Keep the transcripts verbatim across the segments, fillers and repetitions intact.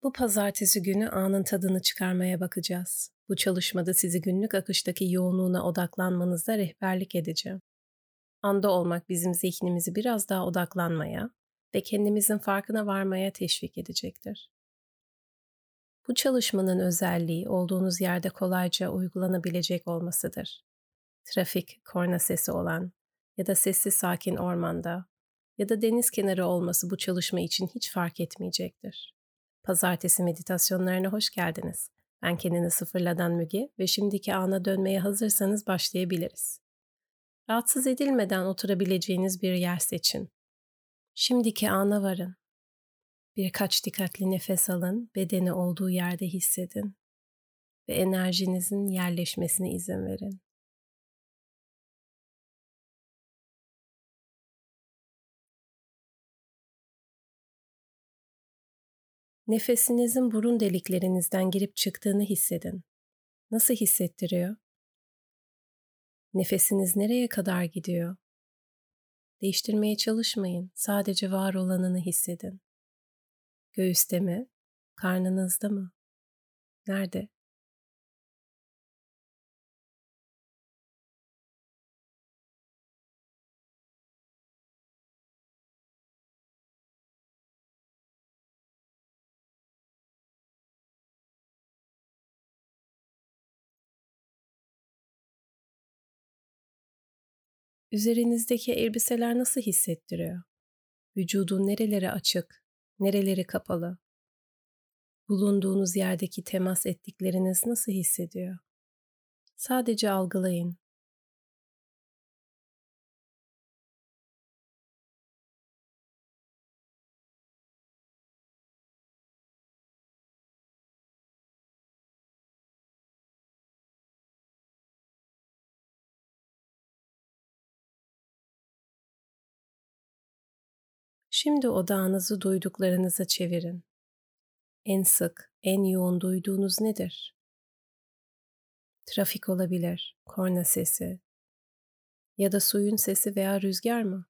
Bu pazartesi günü anın tadını çıkarmaya bakacağız. Bu çalışmada sizi günlük akıştaki yoğunluğuna odaklanmanızda rehberlik edeceğim. Anda olmak bizim zihnimizi biraz daha odaklanmaya ve kendimizin farkına varmaya teşvik edecektir. Bu çalışmanın özelliği olduğunuz yerde kolayca uygulanabilecek olmasıdır. Trafik, korna sesi olan ya da sessiz sakin ormanda ya da deniz kenarı olması bu çalışma için hiç fark etmeyecektir. Pazartesi meditasyonlarına hoş geldiniz. Ben kendini sıfırladan Müge ve şimdiki ana dönmeye hazırsanız başlayabiliriz. Rahatsız edilmeden oturabileceğiniz bir yer seçin. Şimdiki ana varın. Birkaç dikkatli nefes alın, bedeni olduğu yerde hissedin ve enerjinizin yerleşmesine izin verin. Nefesinizin burun deliklerinizden girip çıktığını hissedin. Nasıl hissettiriyor? Nefesiniz nereye kadar gidiyor? Değiştirmeye çalışmayın, sadece var olanını hissedin. Göğüste mi? Karnınızda mı? Nerede? Üzerinizdeki elbiseler nasıl hissettiriyor? Vücudun nereleri açık, nereleri kapalı? Bulunduğunuz yerdeki temas ettikleriniz nasıl hissediyor? Sadece algılayın. Şimdi odağınızı duyduklarınıza çevirin. En sık, en yoğun duyduğunuz nedir? Trafik olabilir, korna sesi ya da suyun sesi veya rüzgar mı?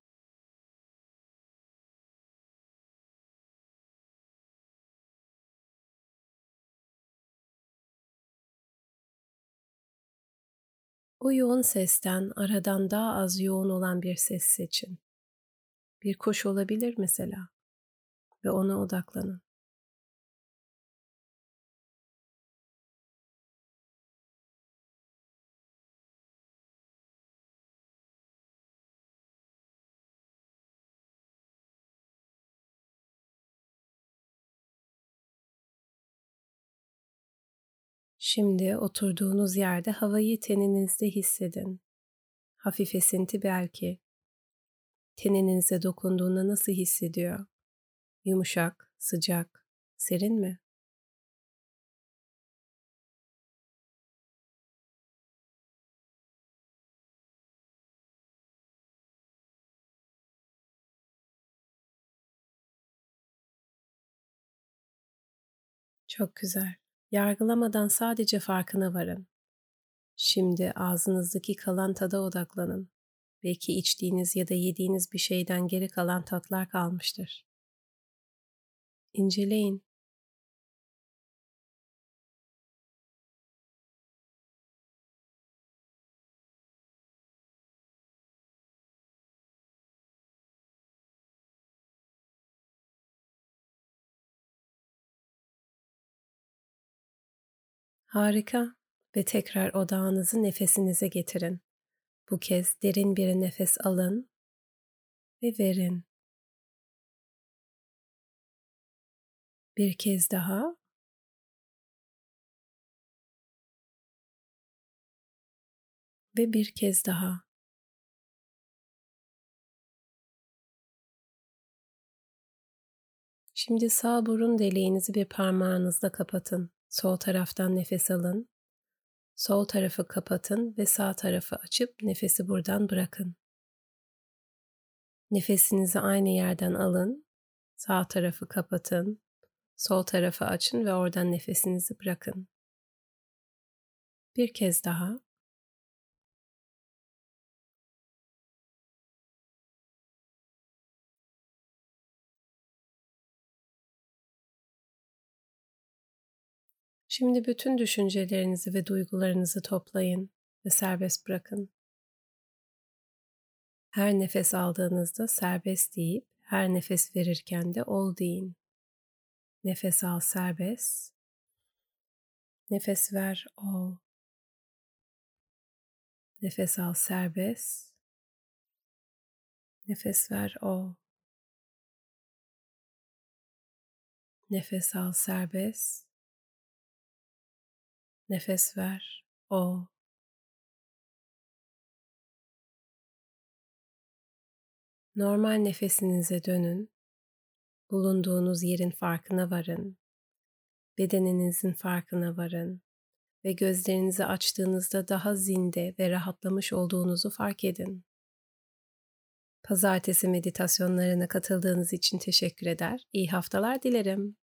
O yoğun sesten aradan daha az yoğun olan bir ses seçin. Bir kuş olabilir mesela ve ona odaklanın. Şimdi oturduğunuz yerde havayı teninizde hissedin. Hafif esinti belki. Teninize dokunduğunda nasıl hissediyor? Yumuşak, sıcak, serin mi? Çok güzel. Yargılamadan sadece farkına varın. Şimdi ağzınızdaki kalan tada odaklanın. Belki içtiğiniz ya da yediğiniz bir şeyden geri kalan tatlar kalmıştır. İnceleyin. Harika. Ve tekrar odağınızı nefesinize getirin. Bu kez derin bir nefes alın ve verin. Bir kez daha ve bir kez daha. Şimdi sağ burun deliğinizi bir parmağınızla kapatın. Sol taraftan nefes alın. Sol tarafı kapatın ve sağ tarafı açıp nefesi buradan bırakın. Nefesinizi aynı yerden alın. Sağ tarafı kapatın. Sol tarafı açın ve oradan nefesinizi bırakın. Bir kez daha. Şimdi bütün düşüncelerinizi ve duygularınızı toplayın ve serbest bırakın. Her nefes aldığınızda serbest deyip, her nefes verirken de ol deyin. Nefes al, serbest. Nefes ver, ol. Nefes al, serbest. Nefes ver, ol. Nefes al, serbest. Nefes ver, ol. Normal nefesinize dönün. Bulunduğunuz yerin farkına varın. Bedeninizin farkına varın ve gözlerinizi açtığınızda daha zinde ve rahatlamış olduğunuzu fark edin. Pazartesi meditasyonlarına katıldığınız için teşekkür eder. İyi haftalar dilerim.